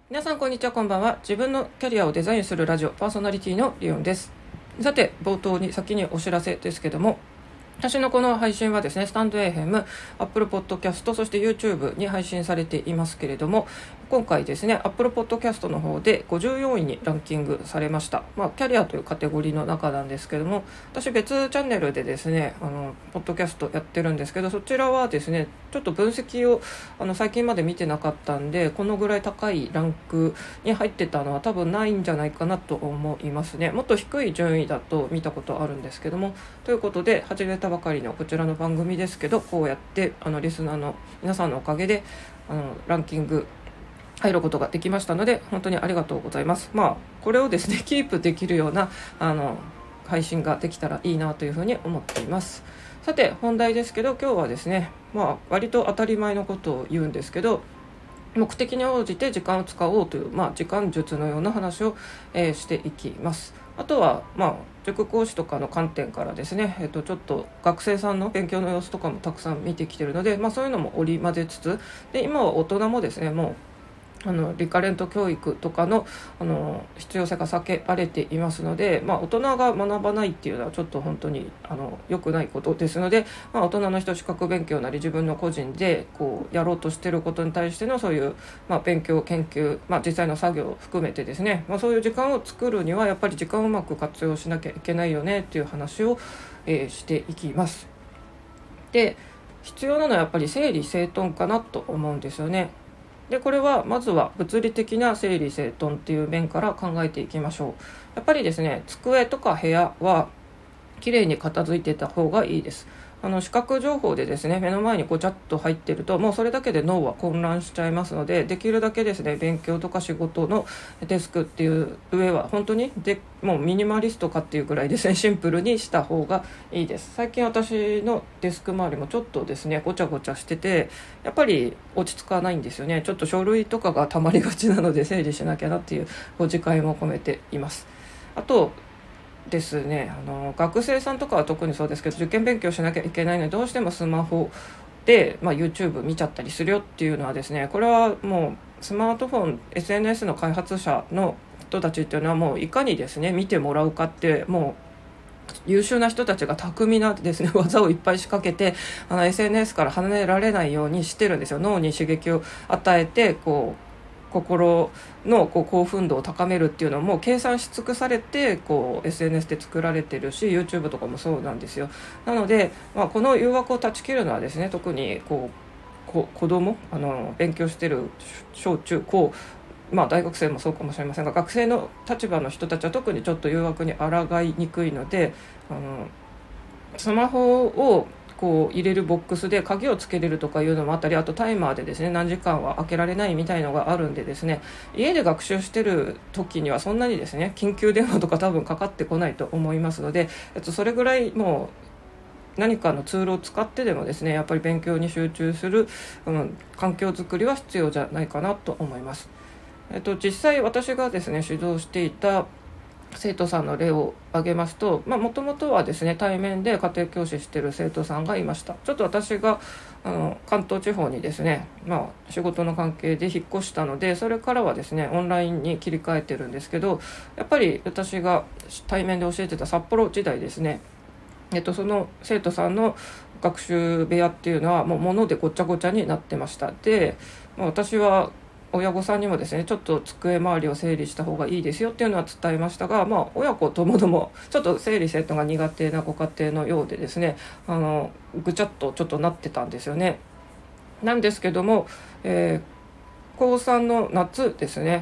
皆さんこんにちは、こんばんは。自分のキャリアをデザインするラジオパーソナリティのリオンです。さて、冒頭に先にお知らせですけども、私のこの配信はですね、スタンド FM、Apple Podcast、そして YouTube に配信されていますけれども、今回ですね、Apple Podcast の方で54位にランキングされました。キャリアというカテゴリーの中なんですけども、私別チャンネルでですね、ポッドキャストやってるんですけど、そちらはですね、ちょっと分析を最近まで見てなかったんで、このぐらい高いランクに入ってたのは多分ないんじゃないかなと思いますね。もっと低い順位だと見たことあるんですけども、ということで始めたばかりのこちらの番組ですけど、こうやってリスナーの皆さんのおかげでランキング入ることができましたので、本当にありがとうございます。これをですねキープできるような配信ができたらいいなというふうに思っています。さて本題ですけど、今日はですね割と当たり前のことを言うんですけど、目的に応じて時間を使おうという、時間術のような話を、していきます。あとは、塾講師とかの観点からですね、ちょっと学生さんの勉強の様子とかもたくさん見てきているので、そういうのも織り交ぜつつで、今は大人もですね、もうリカレント教育とかの、必要性が避けられていますので、大人が学ばないっていうのはちょっと本当に良くないことですので、大人の人資格勉強なり自分の個人でこうやろうとしていることに対してのそういう、勉強研究、実際の作業を含めてですね、そういう時間を作るにはやっぱり時間をうまく活用しなきゃいけないよねっていう話を、していきます。で、必要なのはやっぱり整理整頓かなと思うんですよね。でこれはまずは物理的な整理整頓っていう面から考えていきましょう。やっぱりですね、机とか部屋はきれいに片付いてた方がいいです。視覚情報でですね、目の前にごちゃっと入ってるともうそれだけで脳は混乱しちゃいますので、できるだけですね、勉強とか仕事のデスクっていう上は本当にもうミニマリストかっていうくらいですね、シンプルにした方がいいです。最近私のデスク周りもちょっとですねごちゃごちゃしてて、やっぱり落ち着かないんですよね。ちょっと書類とかが溜まりがちなので整理しなきゃなっていうご自戒も込めています。あとですね、学生さんとかは特にそうですけど、受験勉強しなきゃいけないのでどうしてもスマホで、YouTube 見ちゃったりするよっていうのはですね、これはもうスマートフォン SNS の開発者の人たちっていうのはもういかにですね見てもらうかって、もう優秀な人たちが巧みなですね技をいっぱい仕掛けてSNS から離れられないようにしてるんですよ。脳に刺激を与えて心の興奮度を高めるっていうのも計算し尽くされてSNS で作られてるし、 YouTube とかもそうなんですよ。なので、この誘惑を断ち切るのはですね、特に子供勉強してる小中高、大学生もそうかもしれませんが、学生の立場の人たちは特にちょっと誘惑に抗いにくいので、スマホを入れるボックスで鍵をつけれるとかいうのもあったり、あとタイマーでですね何時間は開けられないみたいのがあるんでですね、家で学習してる時にはそんなにですね緊急電話とか多分かかってこないと思いますので、それぐらいもう何かのツールを使ってでもですね、やっぱり勉強に集中する、環境づくりは必要じゃないかなと思います。実際私がですね指導していた生徒さんの例を挙げますと、もともとはですね対面で家庭教師している生徒さんがいました。ちょっと私が関東地方にですね、仕事の関係で引っ越したので、それからはですねオンラインに切り替えてるんですけど、やっぱり私が対面で教えてた札幌時代ですね、その生徒さんの学習部屋っていうのはもう物でごちゃごちゃになってました。で、私は親御さんにもですねちょっと机周りを整理した方がいいですよっていうのは伝えましたが、親子ともどもちょっと整理整頓が苦手なご家庭のようでですね、ぐちゃっとちょっとなってたんですよね。なんですけども、高3の夏ですね、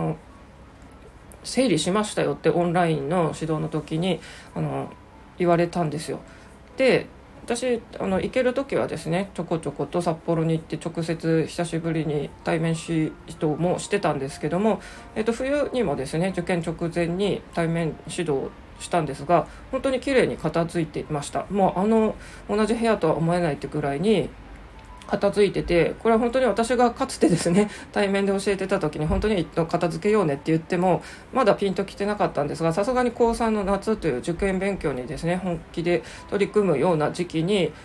整理しましたよってオンラインの指導の時に言われたんですよ。で、私行ける時はですねちょこちょこと札幌に行って直接久しぶりに対面指導もしてたんですけども、冬にもですね受験直前に対面指導したんですが、本当に綺麗に片付いていました。もう同じ部屋とは思えないってくらいに片付いてて、これは本当に私がかつてですね対面で教えてた時に本当に片付けようねって言ってもまだピンときてなかったんですが、さすがに高3の夏という受験勉強にですね本気で取り組むような時期に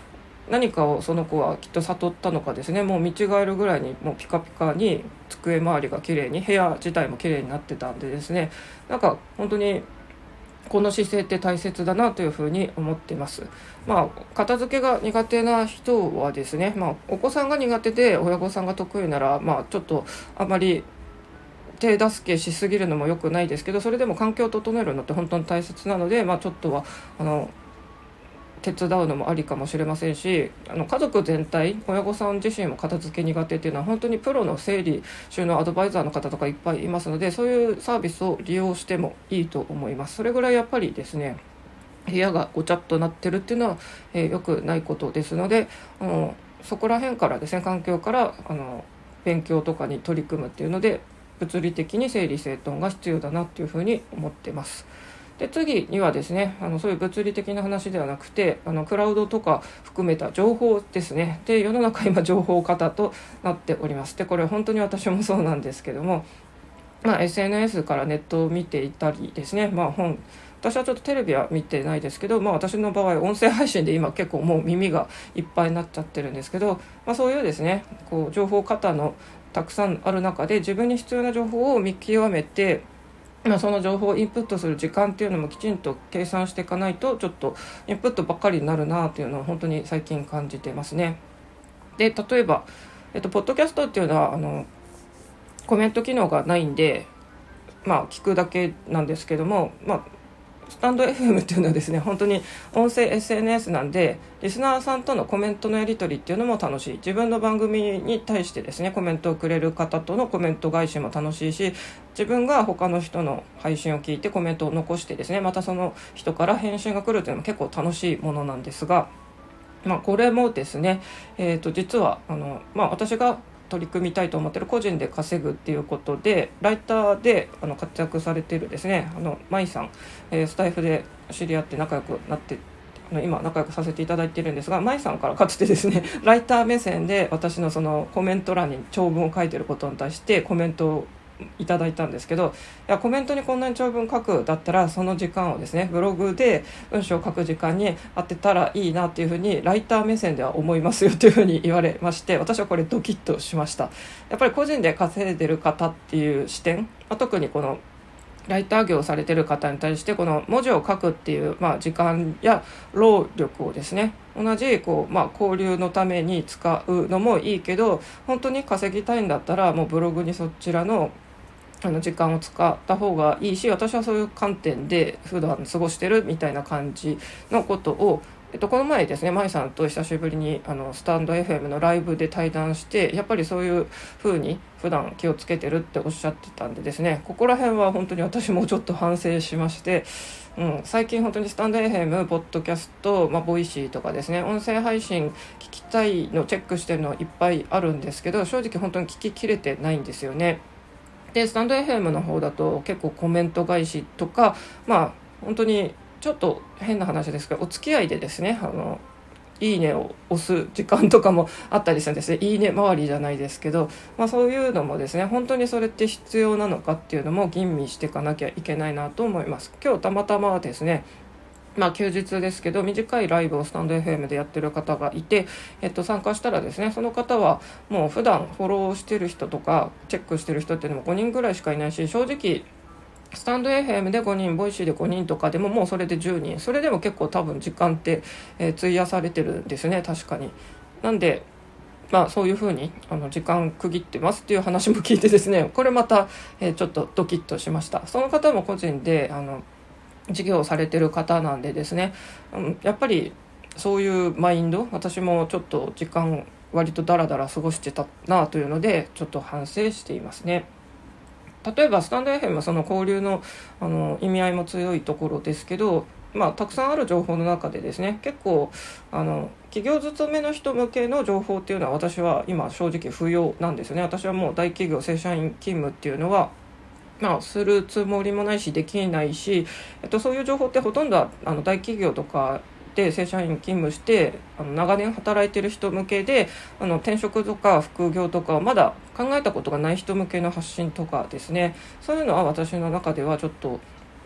何かをその子はきっと悟ったのかですね、もう見違えるぐらいにもうピカピカに机周りが綺麗に、部屋自体も綺麗になってたんでですね、なんか本当にこの姿勢って大切だなというふうに思っています。片付けが苦手な人はですね、お子さんが苦手で親御さんが得意なら、ちょっとあまり手助けしすぎるのも良くないですけど、それでも環境を整えるのって本当に大切なので、ちょっとは手伝うのもありかもしれませんし、家族全体、親御さん自身も片付け苦手っていうのは本当にプロの整理収納アドバイザーの方とかいっぱいいますので、そういうサービスを利用してもいいと思います。それぐらいやっぱりですね、部屋がごちゃっとなってるっていうのは、良くないことですので、そこら辺からですね、環境から勉強とかに取り組むっていうので、物理的に整理整頓が必要だなっていうふうに思ってます。で次にはですね、そういう物理的な話ではなくて、クラウドとか含めた情報ですね。で世の中今情報過多となっております。でこれ本当に私もそうなんですけども、SNS からネットを見ていたりですね、私はちょっとテレビは見てないですけど、私の場合音声配信で今結構もう耳がいっぱいになっちゃってるんですけど、そういうですね、こう情報過多のたくさんある中で自分に必要な情報を見極めて、その情報をインプットする時間っていうのもきちんと計算していかないと、ちょっとインプットばっかりになるなっていうのは本当に最近感じてますね。で例えば、ポッドキャストっていうのはコメント機能がないんで、聞くだけなんですけども、スタンド FM っていうのはですね、本当に音声 SNS なんで、リスナーさんとのコメントのやり取りっていうのも楽しい。自分の番組に対してですね、コメントをくれる方とのコメント返しも楽しいし、自分が他の人の配信を聞いてコメントを残してですね、またその人から返信が来るっていうのも結構楽しいものなんですが、これもですね、実は私が取り組みたいと思っている個人で稼ぐっていうことで、ライターで活躍されているですね、舞さん、スタイフで知り合って仲良くなって今仲良くさせていただいているんですが、舞さんからかつてですね、ライター目線で私のそのコメント欄に長文を書いていることに対してコメントをいただいたんですけど、コメントにこんなに長文書くだったら、その時間をですねブログで文章を書く時間に当てたらいいなっていうふうにライター目線では思いますよというふうに言われまして、私はこれドキッとしました。やっぱり個人で稼いでる方っていう視点、特にこのライター業をされている方に対して、この文字を書くっていう、時間や労力をですね、同じ交流のために使うのもいいけど、本当に稼ぎたいんだったらもうブログにそちらの時間を使った方がいいし、私はそういう観点で普段過ごしてるみたいな感じのことを、この前ですね、舞さんと久しぶりにスタンド FM のライブで対談して、やっぱりそういう風に普段気をつけてるっておっしゃってたんでですね、ここら辺は本当に私もちょっと反省しまして、最近本当にスタンド FM、ポッドキャスト、ボイシーとかですね、音声配信聞きたいのチェックしてるのいっぱいあるんですけど、正直本当に聞ききれてないんですよね。でスタンド FM の方だと結構コメント返しとか、本当にちょっと変な話ですけど、お付き合いでですね、いいねを押す時間とかもあったりするんですね。いいね周りじゃないですけど、そういうのもですね、本当にそれって必要なのかっていうのも吟味していかなきゃいけないなと思います。今日たまたまですね、休日ですけど短いライブをスタンド FM でやってる方がいて、参加したらですね、その方はもう普段フォローしてる人とかチェックしてる人っていうのも5人ぐらいしかいないし、正直スタンド FM で5人、ボイシーで5人とかでももうそれで10人、それでも結構多分時間って、費やされてるんですね、確かに。なんでそういうふうに時間区切ってますっていう話も聞いてですね、これまた、ちょっとドキッとしました。その方も個人で事業をされてる方なんでですね、やっぱりそういうマインド、私もちょっと時間割とダラダラ過ごしてたなというのでちょっと反省していますね。例えばスタンド FM はその交流の、意味合いも強いところですけど、たくさんある情報の中でですね、結構企業勤めの人向けの情報っていうのは私は今正直不要なんですよね。私はもう大企業正社員勤務っていうのはするつもりもないしできないし、そういう情報ってほとんどは大企業とかで正社員勤務して長年働いてる人向けで、転職とか副業とかまだ考えたことがない人向けの発信とかですね、そういうのは私の中ではちょっと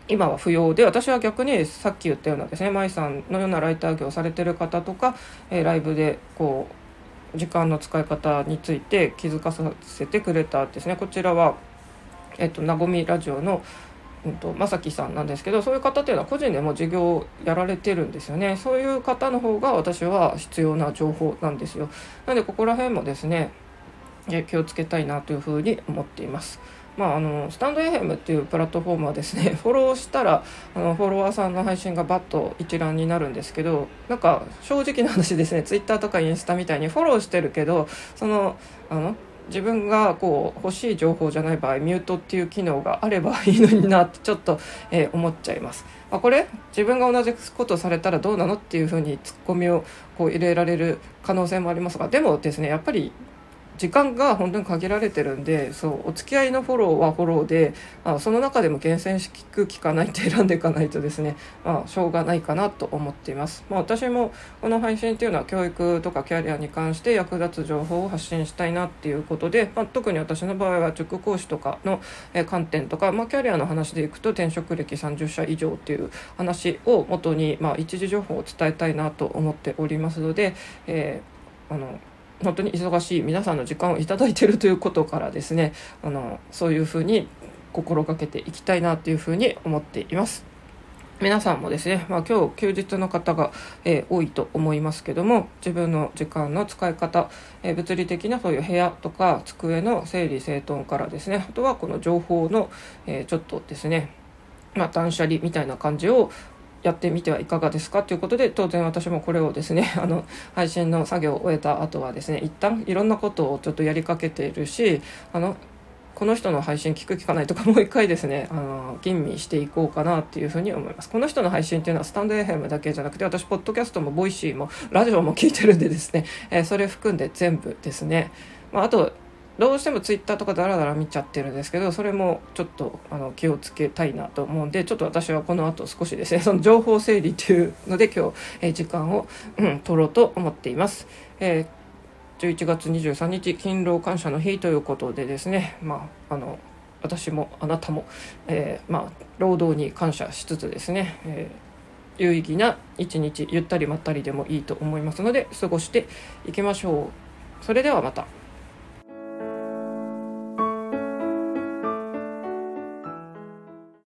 今は不要で、私は逆にさっき言ったようなですね、舞さんのようなライター業をされてる方とか、ライブでこう時間の使い方について気づかさせてくれたですね、こちらはなごみラジオのまさきさんなんですけど、そういう方っていうのは個人でも事業をやられてるんですよね。そういう方の方が私は必要な情報なんですよ。なのでここら辺もですね気をつけたいなというふうに思っています。スタンド FM っていうプラットフォームはですね、フォローしたらフォロワーさんの配信がバッと一覧になるんですけど、なんか正直な話ですね、ツイッターとかインスタみたいにフォローしてるけど、自分が欲しい情報じゃない場合ミュートっていう機能があればいいのになってちょっと、思っちゃいます。これ自分が同じことされたらどうなのっていうふうにツッコミを入れられる可能性もありますが、でもですねやっぱり時間が本当に限られてるんで、お付き合いのフォローはフォローで、その中でも厳選して聞かないって選んでいかないとですね、しょうがないかなと思っています。私もこの配信っていうのは教育とかキャリアに関して役立つ情報を発信したいなっていうことで、特に私の場合は塾講師とかの観点とか、キャリアの話でいくと転職歴30社以上っていう話を元に、一時情報を伝えたいなと思っておりますので、本当に忙しい皆さんの時間をいただいているということからですね、そういうふうに心がけていきたいなというふうに思っています。皆さんもですね、今日休日の方が、多いと思いますけども、自分の時間の使い方、物理的なそういう部屋とか机の整理整頓からですね、あとはこの情報の、ちょっとですね、断捨離みたいな感じをやってみてはいかがですかということで、当然私もこれをですね配信の作業を終えた後はですね、一旦いろんなことをちょっとやりかけているし、この人の配信聞く聞かないとかもう一回ですね吟味していこうかなっていうふうに思います。この人の配信っていうのはスタンド FM だけじゃなくて、私ポッドキャストもボイシーもラジオも聞いてるんでですね、それ含んで全部ですね、あとどうしてもツイッターとかだらだら見ちゃってるんですけど、それもちょっと気をつけたいなと思うんで、ちょっと私はこの後少しですね、その情報整理っていうので今日、時間を、取ろうと思っています。11月23日勤労感謝の日ということでですね、私もあなたも、労働に感謝しつつですね、有意義な一日ゆったりまったりでもいいと思いますので過ごしていきましょう。それではまた。